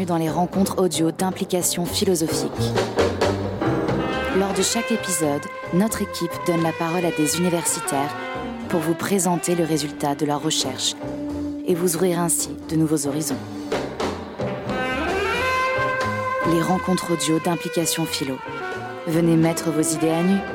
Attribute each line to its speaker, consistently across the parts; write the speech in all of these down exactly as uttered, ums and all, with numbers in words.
Speaker 1: bienvenue dans les rencontres audio d'implication philosophique. Lors de chaque épisode, notre équipe donne la parole à des universitaires pour vous présenter le résultat de leurs recherches et vous ouvrir ainsi de nouveaux horizons. Les rencontres audio d'implication philo. Venez mettre vos idées à nu.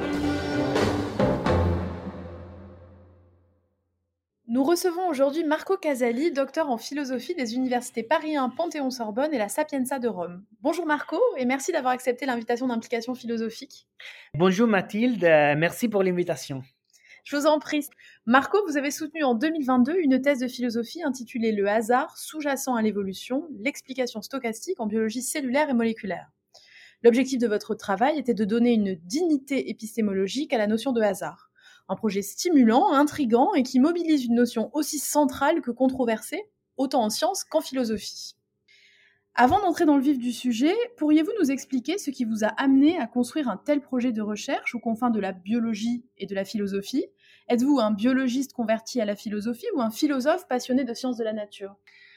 Speaker 2: Nous recevons aujourd'hui Marco Casali, docteur en philosophie des universités Paris un, Panthéon-Sorbonne et la Sapienza de Rome. Bonjour Marco, et merci d'avoir accepté l'invitation d'implication philosophique.
Speaker 3: Bonjour Mathilde, merci pour l'invitation.
Speaker 2: Je vous en prie. Marco, vous avez soutenu en deux mille vingt-deux une thèse de philosophie intitulée « Le hasard sous-jacent à l'évolution, l'explication stochastique en biologie cellulaire et moléculaire ». L'objectif de votre travail était de donner une dignité épistémologique à la notion de hasard. Un projet stimulant, intrigant et qui mobilise une notion aussi centrale que controversée, autant en sciences qu'en philosophie. Avant d'entrer dans le vif du sujet, pourriez-vous nous expliquer ce qui vous a amené à construire un tel projet de recherche aux confins de la biologie et de la philosophie ? Êtes-vous un biologiste converti à la philosophie ou un philosophe passionné de sciences de la nature ?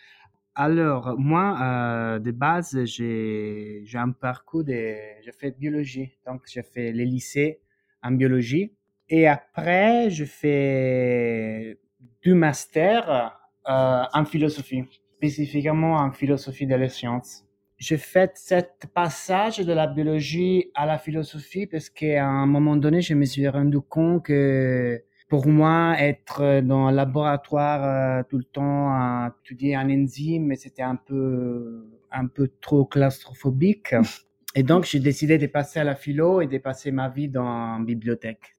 Speaker 3: Alors, moi, euh, de base, j'ai, j'ai un parcours de... J'ai fait biologie, donc j'ai fait les lycées en biologie. Et après, je fais du master euh, en philosophie, spécifiquement en philosophie de la science. J'ai fait ce passage de la biologie à la philosophie parce qu'à un moment donné, je me suis rendu compte que pour moi, être dans un laboratoire euh, tout le temps à étudier un enzyme, c'était un peu, un peu trop claustrophobique. Et donc, j'ai décidé de passer à la philo et de passer ma vie dans une bibliothèque.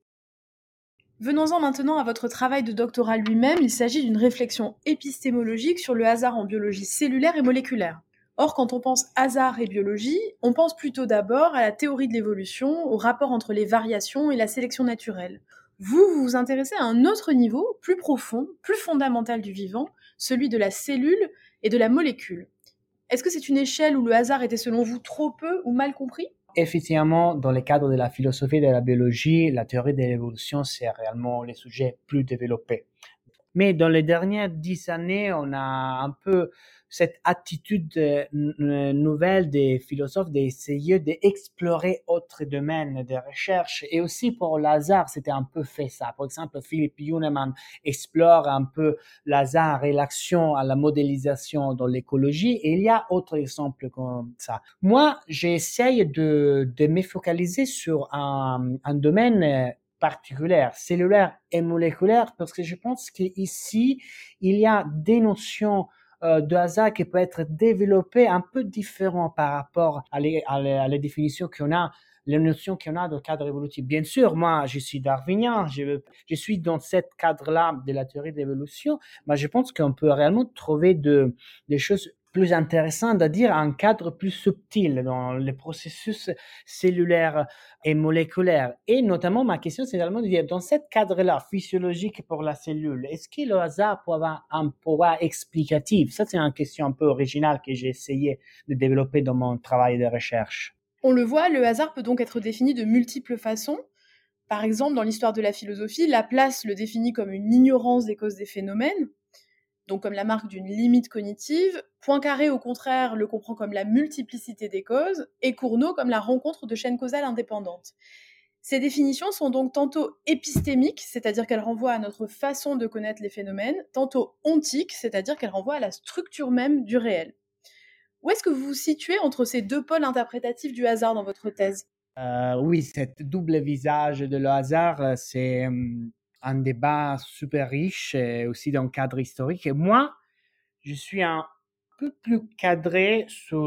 Speaker 2: Venons-en maintenant à votre travail de doctorat lui-même. Il s'agit d'une réflexion épistémologique sur le hasard en biologie cellulaire et moléculaire. Or, quand on pense hasard et biologie, on pense plutôt d'abord à la théorie de l'évolution, au rapport entre les variations et la sélection naturelle. Vous, vous vous intéressez à un autre niveau, plus profond, plus fondamental du vivant, celui de la cellule et de la molécule. Est-ce que c'est une échelle où le hasard était selon vous trop peu ou mal compris ?
Speaker 3: Effectivement, dans le cadre de la philosophie de la biologie, la théorie de l'évolution, c'est réellement le sujet plus développé. Mais dans les dernières dix années, on a un peu cette attitude euh, nouvelle des philosophes d'essayer d'explorer autres domaines de recherche. Et aussi pour le hasard, c'était un peu fait ça. Par exemple, Philipp Juneman explore un peu le hasard et l'action à la modélisation dans l'écologie. Et il y a d'autres exemples comme ça. Moi, j'essaye de, de me focaliser sur un, un domaine particulière, cellulaire et moléculaire, parce que je pense qu'ici, il y a des notions euh, de hasard qui peuvent être développées un peu différentes par rapport à les, à les, à les définitions qu'on a, les notions qu'on a dans le cadre évolutif. Bien sûr, moi, je suis darwinien, je, je suis dans ce cadre-là de la théorie de l'évolution, mais je pense qu'on peut réellement trouver de, des choses plus intéressant à dire un cadre plus subtil dans les processus cellulaires et moléculaires. Et notamment, ma question, c'est également de dire, dans ce cadre-là, physiologique pour la cellule, est-ce que le hasard peut avoir un pouvoir explicatif? Ça, c'est une question un peu originale que j'ai essayé de développer dans mon travail de recherche.
Speaker 2: On le voit, le hasard peut donc être défini de multiples façons. Par exemple, dans l'histoire de la philosophie, Laplace le définit comme une ignorance des causes des phénomènes, donc comme la marque d'une limite cognitive. Poincaré, au contraire, le comprend comme la multiplicité des causes, et Cournot comme la rencontre de chaînes causales indépendantes. Ces définitions sont donc tantôt épistémiques, c'est-à-dire qu'elles renvoient à notre façon de connaître les phénomènes, tantôt ontiques, c'est-à-dire qu'elles renvoient à la structure même du réel. Où est-ce que vous vous situez entre ces deux pôles interprétatifs du hasard dans votre thèse ?
Speaker 3: euh, Oui, cet double visage de le hasard, c'est um, un débat super riche, et aussi dans le cadre historique. Et moi, je suis un peu plus cadré sur,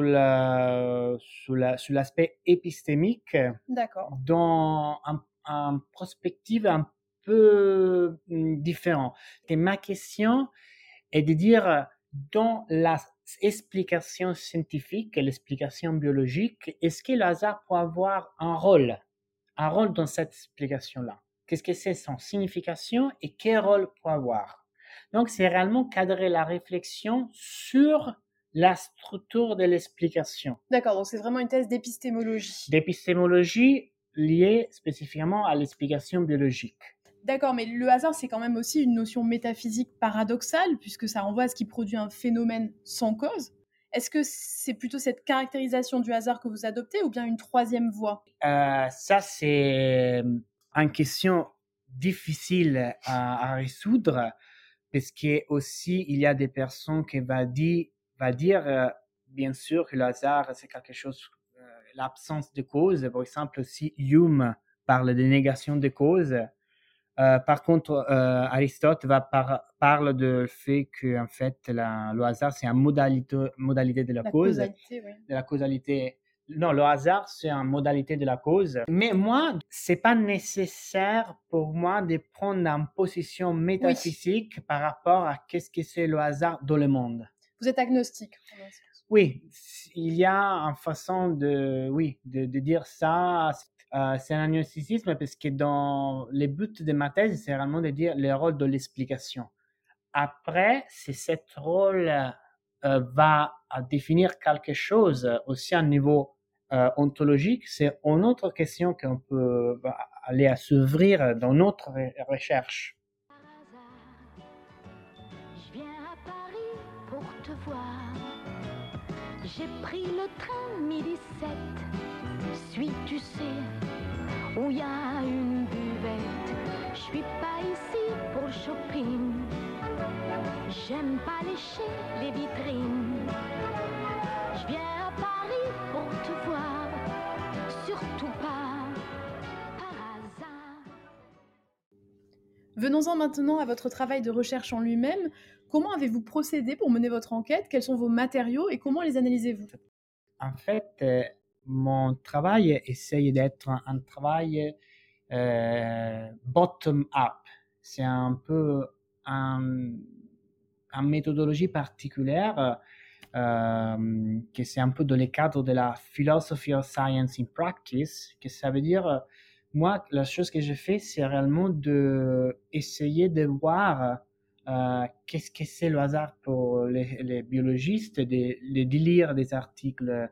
Speaker 3: le, sur, la, sur l'aspect épistémique.
Speaker 2: D'accord.
Speaker 3: Dans un, un perspective un peu différent. Et ma question est de dire, dans l'explication scientifique et l'explication biologique, est-ce que le hasard peut avoir un rôle, un rôle dans cette explication-là? Qu'est-ce que c'est son signification et quel rôle peut avoir? Donc, c'est réellement cadrer la réflexion sur la structure de l'explication.
Speaker 2: D'accord, donc c'est vraiment une thèse d'épistémologie.
Speaker 3: D'épistémologie liée spécifiquement à l'explication biologique.
Speaker 2: D'accord, mais le hasard, c'est quand même aussi une notion métaphysique paradoxale, puisque ça renvoie à ce qui produit un phénomène sans cause. Est-ce que c'est plutôt cette caractérisation du hasard que vous adoptez ou bien une troisième voie?
Speaker 3: Euh, ça, c'est une question difficile à, à résoudre parce que aussi il y a des personnes qui va dire, va dire euh, bien sûr que le hasard c'est quelque chose, euh, l'absence de cause. Par exemple, si Hume parle de négation de cause, euh, par contre euh, Aristote va par, parle du fait que en fait la, le hasard c'est une modalité, modalité de la,
Speaker 2: La
Speaker 3: cause,
Speaker 2: causalité, oui.
Speaker 3: de la causalité. Non, le hasard, c'est une modalité de la cause. Mais moi, c'est pas nécessaire pour moi de prendre une position métaphysique oui. par rapport à qu'est-ce que c'est le hasard dans le monde.
Speaker 2: Vous êtes agnostique.
Speaker 3: Oui, il y a une façon de, oui, de, de dire ça. Euh, c'est un agnosticisme parce que dans les buts de ma thèse, c'est vraiment de dire le rôle de l'explication. Après, si cet rôle euh, va à définir quelque chose aussi à un niveau euh, ontologique, c'est une autre question qu'on peut aller à s'ouvrir dans notre recherche.
Speaker 4: Je viens à Paris pour te voir. J'ai pris le train midi sept. Suis, tu sais, où il y a une buvette. Je suis pas ici pour le shopping. J'aime pas lécher les vitrines. Je viens à Paris pour te voir, surtout pas par hasard.
Speaker 2: Venons-en maintenant à votre travail de recherche en lui-même. Comment avez-vous procédé pour mener votre enquête? Quels sont vos matériaux et comment les analysez-vous?
Speaker 3: En fait, euh, mon travail essaye d'être un, un travail euh, bottom-up. C'est un peu un une méthodologie particulière euh, que c'est un peu dans le cadre de la philosophy of science in practice, que ça veut dire, moi, la chose que je fais, c'est réellement de essayer de voir euh, qu'est-ce que c'est le hasard pour les, les biologistes, de, de lire des articles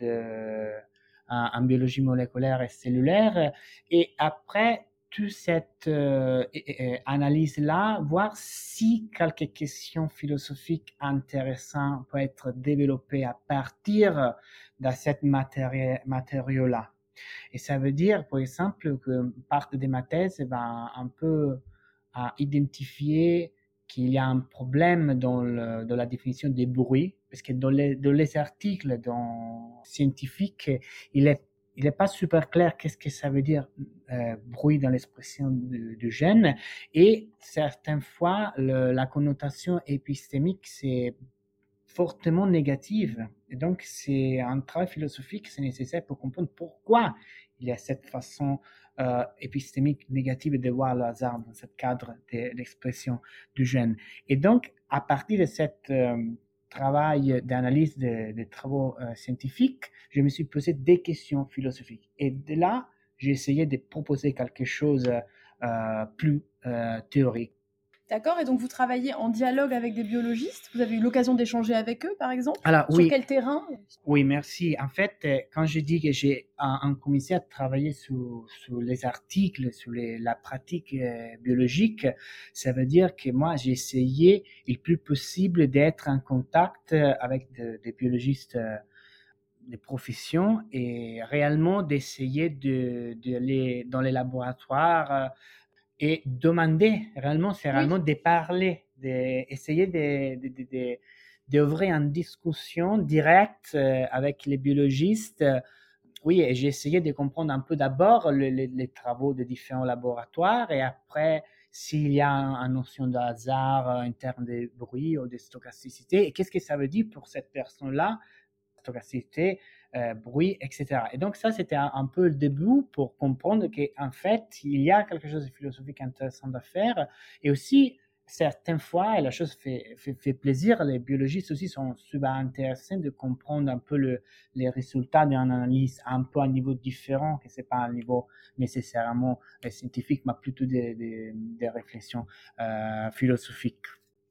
Speaker 3: de, en, en biologie moléculaire et cellulaire, et après toute cette euh, analyse-là, voir si quelques questions philosophiques intéressantes peuvent être développées à partir de cette matériau-là. Et ça veut dire, par exemple, que part de ma thèse va un peu à identifier qu'il y a un problème dans, le, dans la définition des bruits, parce que dans les, dans les articles dans, scientifiques, il est il n'est pas super clair qu'est-ce que ça veut dire euh, bruit dans l'expression du, du gène, et certaines fois le, la connotation épistémique c'est fortement négative, et donc c'est un travail philosophique, c'est nécessaire pour comprendre pourquoi il y a cette façon euh, épistémique négative de voir le hasard dans ce cadre de l'expression du gène. Et donc à partir de cette euh, travail d'analyse des de travaux euh, scientifiques, je me suis posé des questions philosophiques. Et de là, j'ai essayé de proposer quelque chose euh, plus euh, théorique.
Speaker 2: D'accord, et donc vous travaillez en dialogue avec des biologistes? Vous avez eu l'occasion d'échanger avec eux, par exemple?
Speaker 3: Alors,
Speaker 2: Sur
Speaker 3: oui.
Speaker 2: quel terrain?
Speaker 3: Oui, merci. En fait, quand je dis que j'ai un, un commencé à travailler sur, sur les articles, sur les, la pratique euh, biologique, ça veut dire que moi, j'ai essayé le plus possible d'être en contact avec de, des biologistes euh, de profession et réellement d'essayer de, de aller dans les laboratoires euh, et demander, réellement, c'est réellement oui. de parler, d'essayer de, de, de, de, d'ouvrir une discussion directe avec les biologistes. Oui, et j'ai essayé de comprendre un peu d'abord le, les, les travaux de différents laboratoires, et après, s'il y a une notion de hasard en termes de bruit ou de stochasticité, et qu'est-ce que ça veut dire pour cette personne-là, stochasticité, euh, bruit, et cetera. Et donc ça, c'était un, un peu le début pour comprendre qu'en fait, il y a quelque chose de philosophique intéressant à faire. Et aussi, certaines fois, et la chose fait, fait, fait plaisir, les biologistes aussi sont super intéressés de comprendre un peu le, les résultats d'une analyse un peu à un niveau différent, que ce n'est pas un niveau nécessairement scientifique, mais plutôt des, des, des réflexions euh, philosophiques.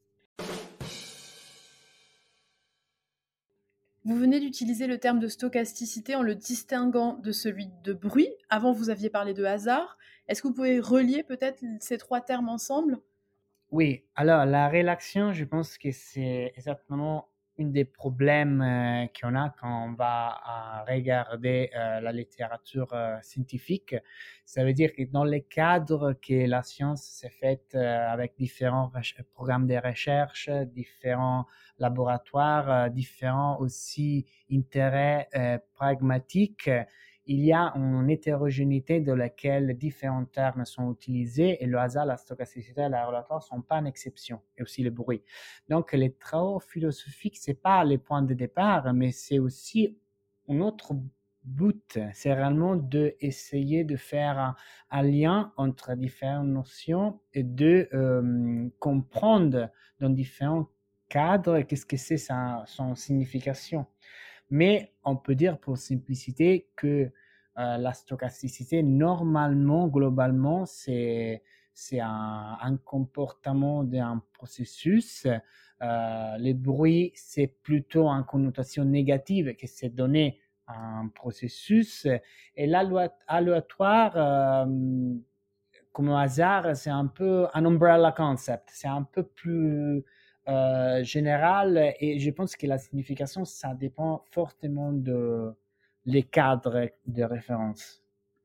Speaker 2: Vous venez d'utiliser le terme de stochasticité en le distinguant de celui de bruit. Avant, vous aviez parlé de hasard. Est-ce que vous pouvez relier peut-être ces trois termes ensemble?
Speaker 3: Oui, alors la relation, je pense que c'est exactement un des problèmes euh, qu'on a quand on va euh, regarder euh, la littérature euh, scientifique. Ça veut dire que dans le cadre que la science s'est faite euh, avec différents re- programmes de recherche, différents laboratoires, euh, différents aussi intérêts euh, pragmatiques, il y a une hétérogénéité dans laquelle différents termes sont utilisés et le hasard, la stochasticité et la relatoire ne sont pas une exception, et aussi le bruit. Donc, les travaux philosophiques, c'est pas les points de départ, mais c'est aussi un autre but. C'est réellement d'essayer de faire un, un lien entre différentes notions et de euh, comprendre dans différents cadres qu'est-ce que c'est sa, son signification. Mais on peut dire pour simplicité que euh, la stochasticité, normalement, globalement, c'est, c'est un, un comportement d'un processus. Euh, le bruit, c'est plutôt une connotation négative que c'est donné à un processus. Et l'aléatoire, euh, comme hasard, c'est un peu un umbrella concept. C'est un peu plus euh, général et je pense que la signification, ça dépend fortement de les cadres de référence.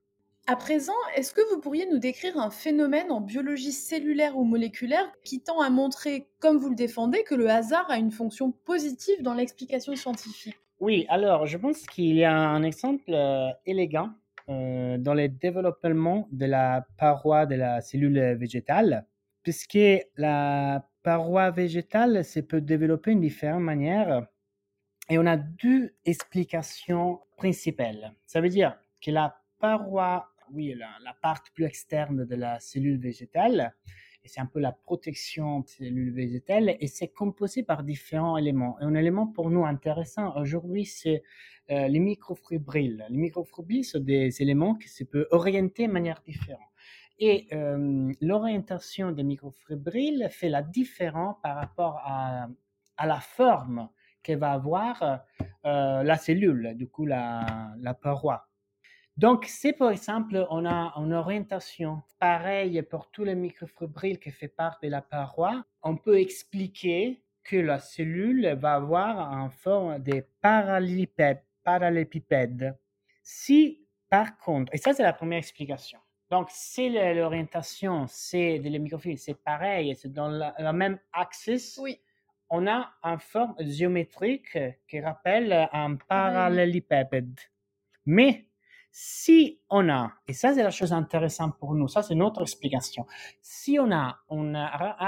Speaker 2: À présent, est-ce que vous pourriez nous décrire un phénomène en biologie cellulaire ou moléculaire qui tend à montrer, comme vous le défendez, que le hasard a une fonction positive dans l'explication scientifique?
Speaker 3: Oui, alors je pense qu'il y a un exemple euh, élégant euh, dans le développement de la paroi de la cellule végétale, puisque la paroi végétale se peut développer de différentes manières. Et on a deux explications principales. Ça veut dire que la paroi, oui, la, la partie plus externe de la cellule végétale, et c'est un peu la protection de la cellule végétale, et c'est composé par différents éléments. Et un élément pour nous intéressant aujourd'hui, c'est euh, les microfibrilles. Les microfibrilles sont des éléments qui se peuvent orienter de manière différente. Et euh, l'orientation des microfibrilles fait la différence par rapport à, à la forme qu'elle va avoir euh, la cellule, du coup la, la paroi. Donc, si par exemple, on a une orientation pareille pour tous les microfibrilles qui fait part de la paroi, on peut expliquer que la cellule va avoir une forme de parallélépipède. parallélépipède. Si, par contre, et ça c'est la première explication, donc si l'orientation c'est de les microfibrilles, c'est pareil, c'est dans la, la même axe,
Speaker 2: Oui.
Speaker 3: on a une forme géométrique qui rappelle un parallélépipède. Mais si on a, et ça c'est la chose intéressante pour nous, ça c'est notre explication, si on a une,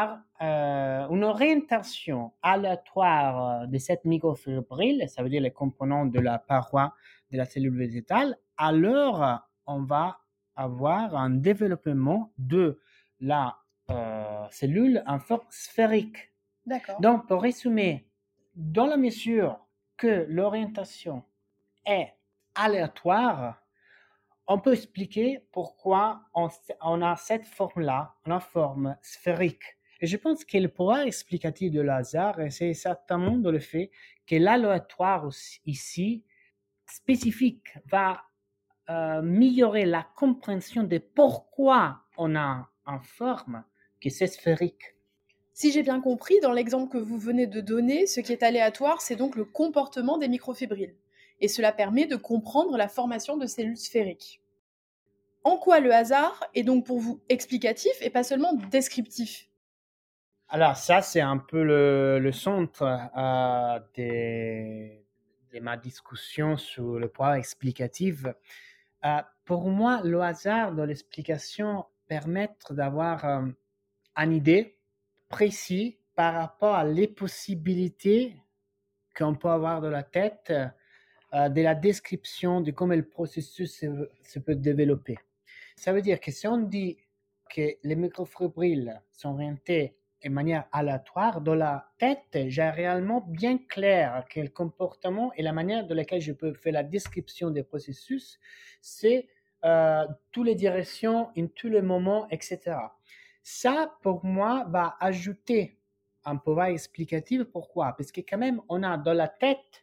Speaker 3: euh, une orientation aléatoire de cette microfibrille, ça veut dire les composants de la paroi de la cellule végétale, alors on va avoir un développement de la euh, cellule en forme sphérique.
Speaker 2: D'accord.
Speaker 3: Donc, pour résumer, dans la mesure que l'orientation est aléatoire, on peut expliquer pourquoi on, on a cette forme-là, une forme sphérique. Et je pense que le pouvoir explicatif de hasard, c'est certainement dans le fait que l'aléatoire ici, spécifique, va euh, améliorer la compréhension de pourquoi on a une forme qui est sphérique.
Speaker 2: Si j'ai bien compris, dans l'exemple que vous venez de donner, ce qui est aléatoire, c'est donc le comportement des microfibrilles. Et cela permet de comprendre la formation de cellules sphériques. En quoi le hasard est donc pour vous explicatif et pas seulement descriptif?
Speaker 3: Alors ça, c'est un peu le, le centre euh, de, de ma discussion sur le pouvoir explicatif. Euh, pour moi, le hasard dans l'explication permet d'avoir euh, une idée précise par rapport à les possibilités qu'on peut avoir dans la tête euh, de la description de comment le processus se, se peut développer. Ça veut dire que si on dit que les microfibrilles sont orientées de manière aléatoire, dans la tête, j'ai réellement bien clair que le comportement et la manière dans laquelle je peux faire la description des processus, c'est euh, toutes les directions, en tous les moments, et cetera. Ça, pour moi, va ajouter un pouvoir explicatif. Pourquoi? Parce que quand même, on a dans la tête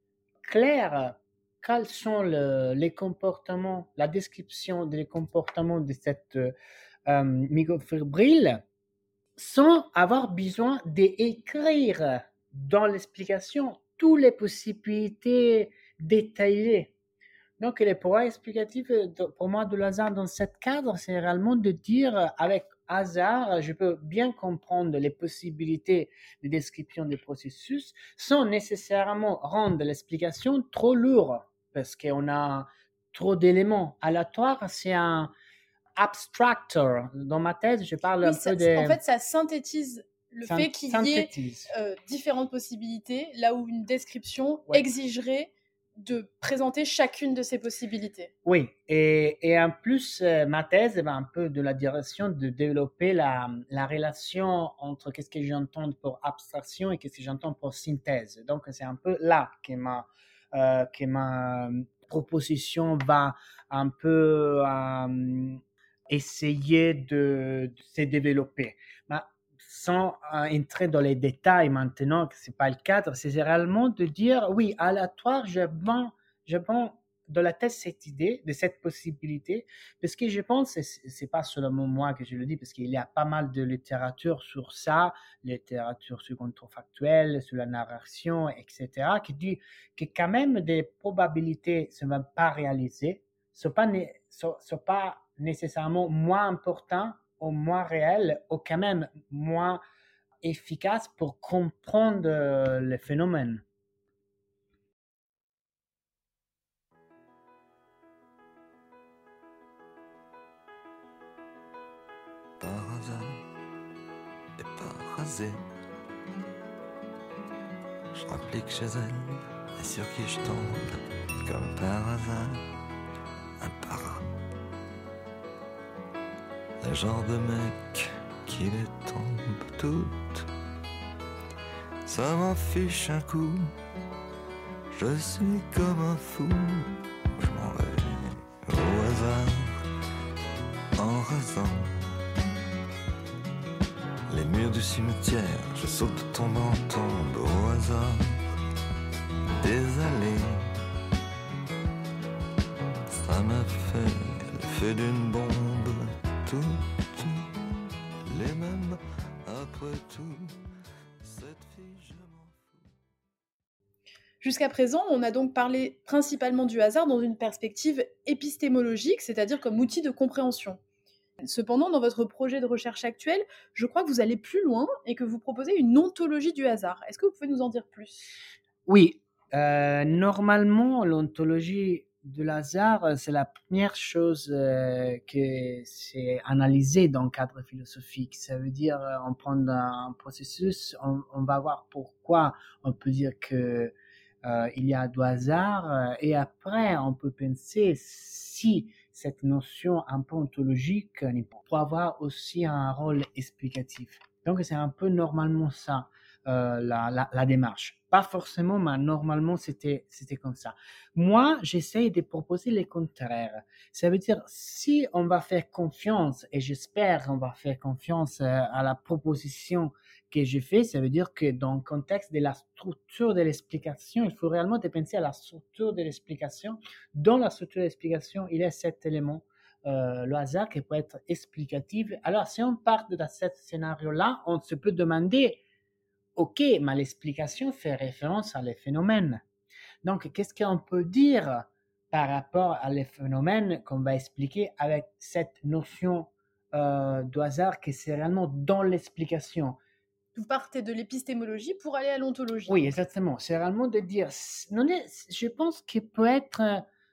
Speaker 3: clair quels sont le, les comportements, la description des comportements de cette euh, microfibrille sans avoir besoin d'écrire dans l'explication toutes les possibilités détaillées. Donc, les pouvoirs explicatifs, pour moi, de hasard dans ce cadre, c'est réellement de dire, avec hasard, je peux bien comprendre les possibilités de description des processus sans nécessairement rendre l'explication trop lourde, parce qu'on a trop d'éléments. Aléatoire, c'est un abstractor. Dans ma thèse, je parle
Speaker 2: oui,
Speaker 3: un
Speaker 2: ça,
Speaker 3: peu de...
Speaker 2: En fait, ça synthétise le
Speaker 3: Synt-
Speaker 2: fait qu'il y ait euh, différentes possibilités, là où une description ouais. exigerait de présenter chacune de ces possibilités.
Speaker 3: Oui, et, et en plus, euh, ma thèse va un peu de la direction de développer la, la relation entre qu'est-ce que j'entends pour abstraction et qu'est-ce que j'entends pour synthèse. Donc, c'est un peu là que ma, euh, que ma proposition va un peu euh, essayer de, de se développer. Mais sans entrer dans les détails maintenant, que ce n'est pas le cadre, c'est réellement de dire, oui, aléatoire, je vends, je vends dans la tête cette idée, de cette possibilité, parce que je pense, et ce n'est pas seulement moi que je le dis, parce qu'il y a pas mal de littérature sur ça, littérature sur le contrefactuel, sur la narration, et cetera, qui dit que quand même des probabilités ne sont pas réalisées, ne sont pas, sont, sont pas nécessairement moins importantes ou moins réelles, ou quand même moins efficaces pour comprendre euh, le phénomène.
Speaker 5: Par hasard et par hasard, je rapplique chez elle et sur qui je tombe comme par hasard, un para. Le genre de mec qui les tombe toutes, ça m'en fiche un coup, je suis comme un fou, je m'en vais au hasard, en rasant les murs du cimetière, je saute de tombe en tombe au hasard des allées. Ça m'a fait l'effet d'une bombe, tout, tout, les mêmes après tout. Cette fille, je m'en fous.
Speaker 2: Jusqu'à présent, on a donc parlé principalement du hasard dans une perspective épistémologique, c'est-à-dire comme outil de compréhension. Cependant, dans votre projet de recherche actuel, je crois que vous allez plus loin et que vous proposez une ontologie du hasard. Est-ce que vous pouvez nous en dire plus ?
Speaker 3: Oui, euh, normalement, l'ontologie du hasard, c'est la première chose euh, que c'est analysé dans le cadre philosophique. Ça veut dire, on prend un processus, on, on va voir pourquoi on peut dire que euh, il y a du hasard, et après, on peut penser si cette notion un peu ontologique peut avoir aussi un rôle explicatif. Donc, c'est un peu normalement ça, euh, la, la, la démarche. Pas forcément, mais normalement, c'était, c'était comme ça. Moi, j'essaie de proposer le contraire. Ça veut dire, si on va faire confiance, et j'espère qu'on va faire confiance à la proposition que je fais, ça veut dire que dans le contexte de la structure de l'explication, il faut réellement penser à la structure de l'explication. Dans la structure de l'explication, il y a sept éléments. Euh, le hasard qui peut être explicatif. Alors, si on part de ce scénario-là, on se peut demander, ok, mais l'explication fait référence à les phénomènes. Donc, qu'est-ce qu'on peut dire par rapport à les phénomènes qu'on va expliquer avec cette notion euh, de hasard qui c'est réellement dans l'explication?
Speaker 2: Vous partez de l'épistémologie pour aller à l'ontologie.
Speaker 3: Oui, exactement. C'est réellement de dire, non, je pense qu'il peut être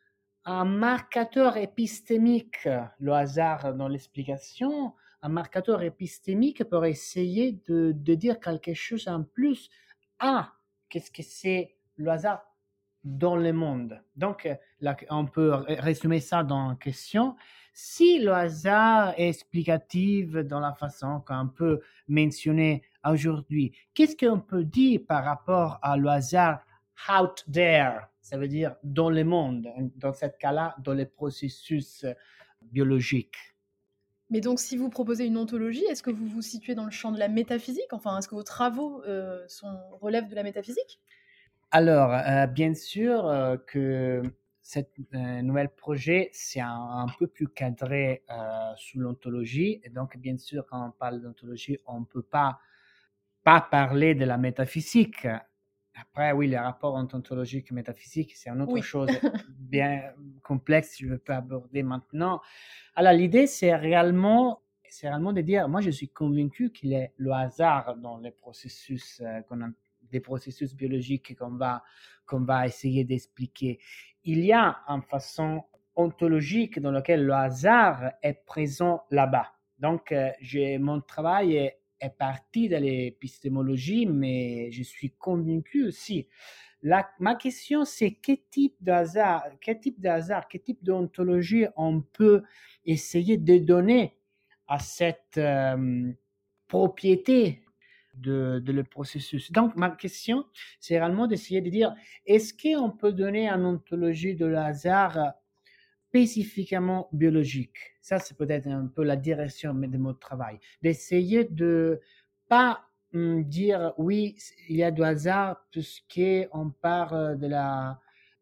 Speaker 3: un marqueur épistémique, le hasard dans l'explication, un marqueur épistémique pour essayer de, de dire quelque chose en plus. Ah, qu'est-ce que c'est le hasard dans le monde? Donc, là, on peut résumer ça dans une question. Si le hasard est explicatif dans la façon qu'on peut mentionner aujourd'hui, qu'est-ce qu'on peut dire par rapport à le hasard out there? Ça veut dire dans le monde, dans ce cas-là, dans les processus biologiques.
Speaker 2: Mais donc, si vous proposez une ontologie, est-ce que vous vous situez dans le champ de la métaphysique? Enfin, est-ce que vos travaux euh, sont, relèvent de la métaphysique?
Speaker 3: Alors, euh, bien sûr euh, que cette euh, nouvel projet, c'est un, un peu plus cadré euh, sous l'ontologie. Et donc, bien sûr, quand on parle d'ontologie, on ne peut pas pas parler de la métaphysique. Après, oui, les rapports ontologiques et métaphysiques, c'est une autre
Speaker 2: Oui.
Speaker 3: chose bien complexe que je peux aborder maintenant. Alors, l'idée, c'est réellement, c'est réellement de dire, moi, je suis convaincu qu'il est le hasard dans les processus, euh, qu'on a, des processus biologiques qu'on va, qu'on va essayer d'expliquer. Il y a une façon ontologique dans laquelle le hasard est présent là-bas. Donc, euh, j'ai, mon travail est, est parti de l'épistémologie, mais je suis convaincu aussi. La, ma question, c'est quel type de hasard, quel type de hasard, quel type d'ontologie on peut essayer de donner à cette euh, propriété de, de le processus. Donc, ma question, c'est réellement d'essayer de dire, est-ce qu'on peut donner une ontologie de hasard spécifiquement biologique? Ça, c'est peut-être un peu la direction de mon travail. D'essayer de pas hum, dire, oui, il y a du hasard puisqu'on parle de la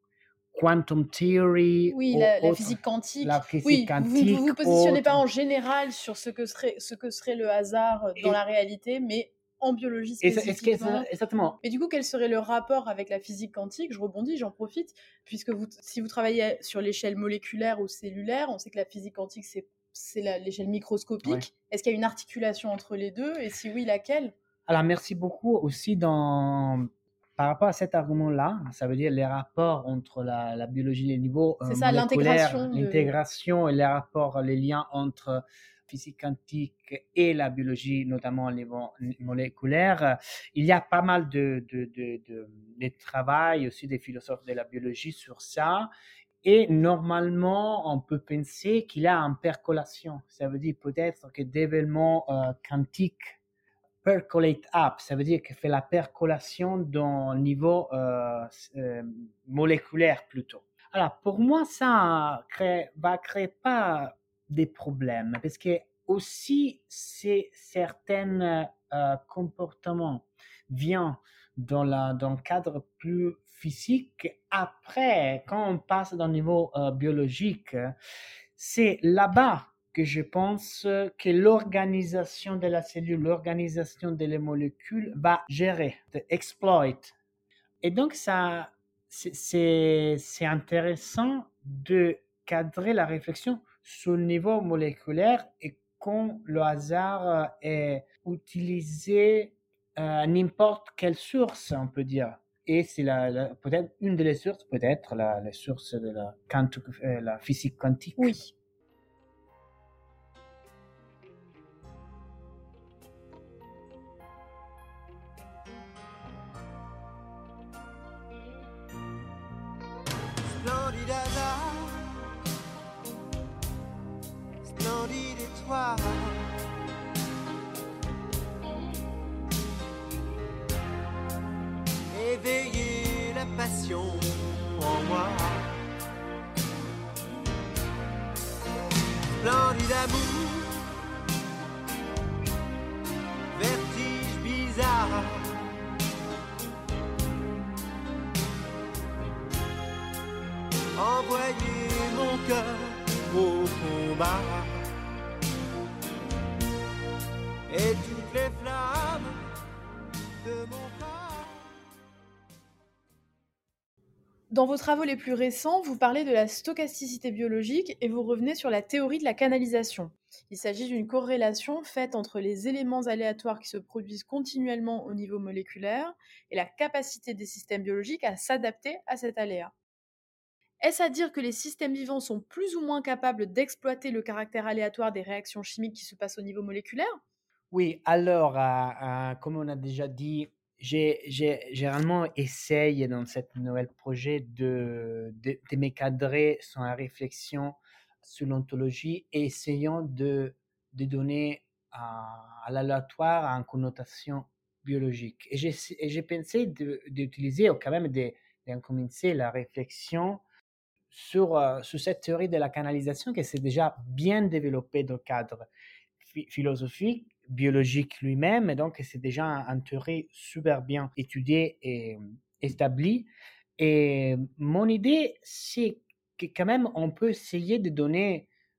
Speaker 3: quantum theory
Speaker 2: Oui,
Speaker 3: ou
Speaker 2: la, la
Speaker 3: autre,
Speaker 2: physique quantique.
Speaker 3: la physique
Speaker 2: Oui, vous ne
Speaker 3: quantique.
Speaker 2: vous, vous positionnez
Speaker 3: autre.
Speaker 2: pas en général sur ce que serait, ce que serait le hasard dans
Speaker 3: Et-
Speaker 2: la réalité, mais en biologie
Speaker 3: Et ça- est-ce que
Speaker 2: spécifiquement.
Speaker 3: c'est- exactement.
Speaker 2: Mais du coup, quel serait le rapport avec la physique quantique? Je rebondis, j'en profite, puisque vous, si vous travaillez sur l'échelle moléculaire ou cellulaire, on sait que la physique quantique, c'est, c'est la- l'échelle microscopique.
Speaker 3: Ouais.
Speaker 2: Est-ce qu'il y a une articulation entre les deux? Et si oui, laquelle?
Speaker 3: Alors, merci beaucoup aussi dans, par rapport à cet argument-là, ça veut dire les rapports entre la, la biologie, les niveaux euh,
Speaker 2: C'est ça,
Speaker 3: moléculaires,
Speaker 2: l'intégration de-
Speaker 3: l'intégration et les rapports, les liens entre physique quantique et la biologie, notamment au niveau moléculaire. Il y a pas mal de, de, de, de, de travail aussi des philosophes de la biologie sur ça. Et normalement, on peut penser qu'il y a une percolation. Ça veut dire peut-être que l'événement euh, quantique percolate up, ça veut dire que fait la percolation dans le niveau euh, euh, moléculaire plutôt. Alors pour moi, ça crée, va créer pas des problèmes parce que aussi c'est certains euh, comportements viennent dans, la, dans le cadre plus physique. Après, quand on passe dans le niveau euh, biologique, c'est là-bas que je pense que l'organisation de la cellule, l'organisation des molécules va gérer, de exploit. Et donc, ça, c'est, c'est, c'est intéressant de cadrer la réflexion sur le niveau moléculaire et quand le hasard est utilisé à n'importe quelle source, on peut dire. Et c'est la, la, peut-être une des sources, peut-être la, la source de la, quantique, euh, la physique quantique.
Speaker 2: Oui.
Speaker 6: Splendide hasard, splendide étoile, éveiller la passion en moi. Splendide amour, vertige bizarre. Envoyer mon cœur au combat et toutes les flammes de mon corps.
Speaker 2: Dans vos travaux les plus récents, vous parlez de la stochasticité biologique et vous revenez sur la théorie de la canalisation. Il s'agit d'une corrélation faite entre les éléments aléatoires qui se produisent continuellement au niveau moléculaire et la capacité des systèmes biologiques à s'adapter à cet aléa. Est-ce à dire que les systèmes vivants sont plus ou moins capables d'exploiter le caractère aléatoire des réactions chimiques qui se passent au niveau moléculaire?
Speaker 3: Oui, alors, euh, euh, comme on a déjà dit, j'ai, j'ai généralement essayé dans ce nouvel projet de, de, de me cadrer sur la réflexion sur l'ontologie et essayant de, de donner à, à l'aléatoire une connotation biologique. Et j'ai, et j'ai pensé de, d'utiliser, ou quand même de, de commencer la réflexion sur, euh, sur cette théorie de la canalisation qui s'est déjà bien développée dans le cadre phi- philosophique, biologique lui-même, et donc c'est déjà une théorie super bien étudiée et établie. Et mon idée, c'est que quand même on peut essayer de donner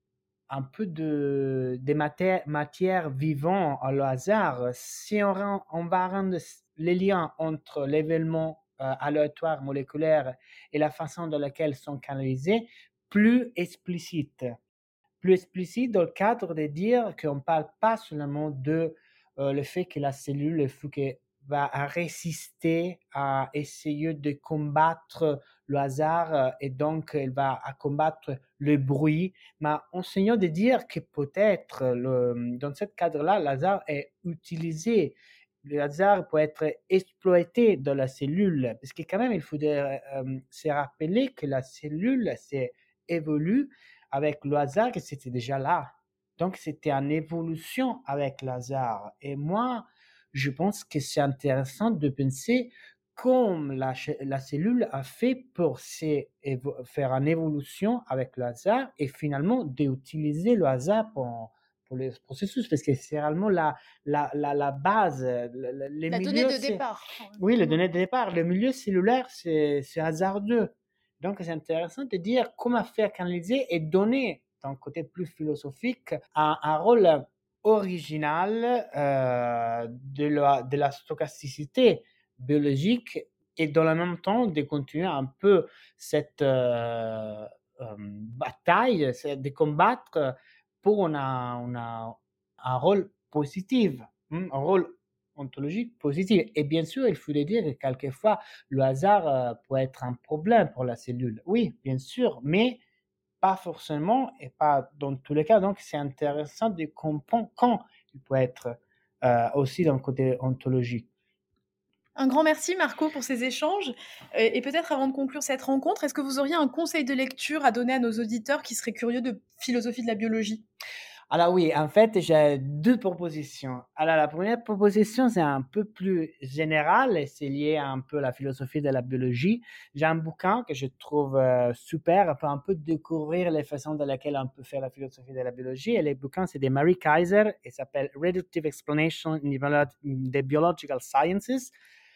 Speaker 3: un peu de, de matière, matière vivante au hasard, si on, rend, on va rendre les liens entre l'événement euh, aléatoire moléculaire et la façon dans laquelle ils sont canalisés plus explicites. Plus explicite dans le cadre de dire qu'on ne parle pas seulement de euh, le fait que la cellule il faut que va résister à essayer de combattre le hasard et donc elle va à combattre le bruit, mais enseignant de dire que peut-être le, dans ce cadre-là, le hasard est utilisé. Le hasard peut être exploité dans la cellule, parce que quand même, il faudrait euh, se rappeler que la cellule s'est évolue avec le hasard et c'était déjà là. Donc, c'était une évolution avec le hasard. Et moi, je pense que c'est intéressant de penser comme la, la cellule a fait pour se, faire une évolution avec le hasard et finalement d'utiliser le hasard pour, pour le processus, parce que c'est réellement la, la, la, la base.
Speaker 2: Le, les la milieux, donnée de départ.
Speaker 3: Oui, la donnée de départ. Le milieu cellulaire, c'est, c'est hasardeux. Donc, c'est intéressant de dire comment faire canaliser et donner, d'un côté plus philosophique, un, un rôle original euh, de, la, de la stochasticité biologique et dans le même temps de continuer un peu cette euh, euh, bataille, de combattre pour una, una, un rôle positif, un rôle ontologique positive. Et bien sûr, il faut le dire que quelquefois, le hasard euh, peut être un problème pour la cellule. Oui, bien sûr, mais pas forcément et pas dans tous les cas. Donc, c'est intéressant de comprendre quand il peut être euh, aussi d'un côté ontologique.
Speaker 2: Un grand merci, Marco, pour ces échanges. Et peut-être avant de conclure cette rencontre, est-ce que vous auriez un conseil de lecture à donner à nos auditeurs qui seraient curieux de philosophie de la biologie ?
Speaker 3: Alors oui, en fait, j'ai deux propositions. Alors la première proposition, c'est un peu plus générale et c'est lié à un peu à la philosophie de la biologie. J'ai un bouquin que je trouve euh, super pour un peu découvrir les façons dans lesquelles on peut faire la philosophie de la biologie. Et le bouquin, c'est de Mary Kaiser et s'appelle Reductive Explanation in the Biological Sciences.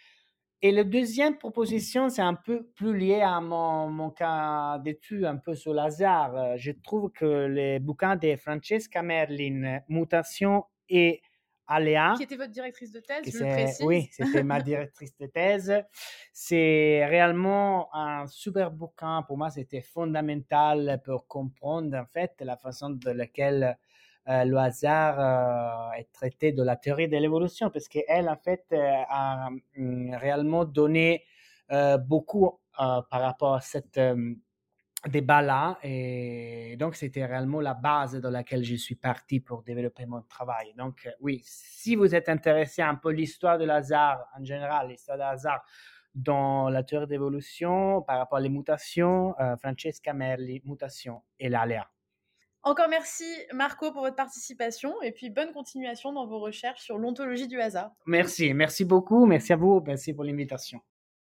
Speaker 3: Et la deuxième proposition, c'est un peu plus lié à mon, mon cas d'étude un peu sur le hasard. Je trouve que les bouquins de Francesca Merlin, Mutation et Aléa,
Speaker 2: qui était votre directrice de thèse, je le précise.
Speaker 3: Oui, c'était ma directrice de thèse. C'est réellement un super bouquin. Pour moi, c'était fondamental pour comprendre en fait la façon de laquelle Euh, le hasard euh, est traité de la théorie de l'évolution, parce qu'elle, en fait, euh, a euh, réellement donné euh, beaucoup euh, par rapport à ce euh, débat-là. Et donc, c'était réellement la base dans laquelle je suis parti pour développer mon travail. Donc, euh, oui, si vous êtes intéressé un peu l'histoire de hasard en général, l'histoire de hasard dans la théorie de l'évolution, par rapport aux mutations, euh, Francesca Merli, Mutation et l'Aléa.
Speaker 2: Encore merci Marco pour votre participation et puis bonne continuation dans vos recherches sur l'ontologie du hasard.
Speaker 3: Merci, merci beaucoup, merci à vous, merci pour l'invitation.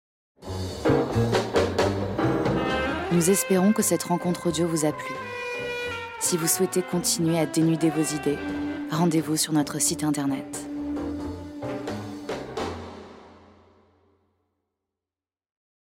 Speaker 1: Nous espérons que cette rencontre audio vous a plu. Si vous souhaitez continuer à dénuder vos idées, rendez-vous sur notre site internet.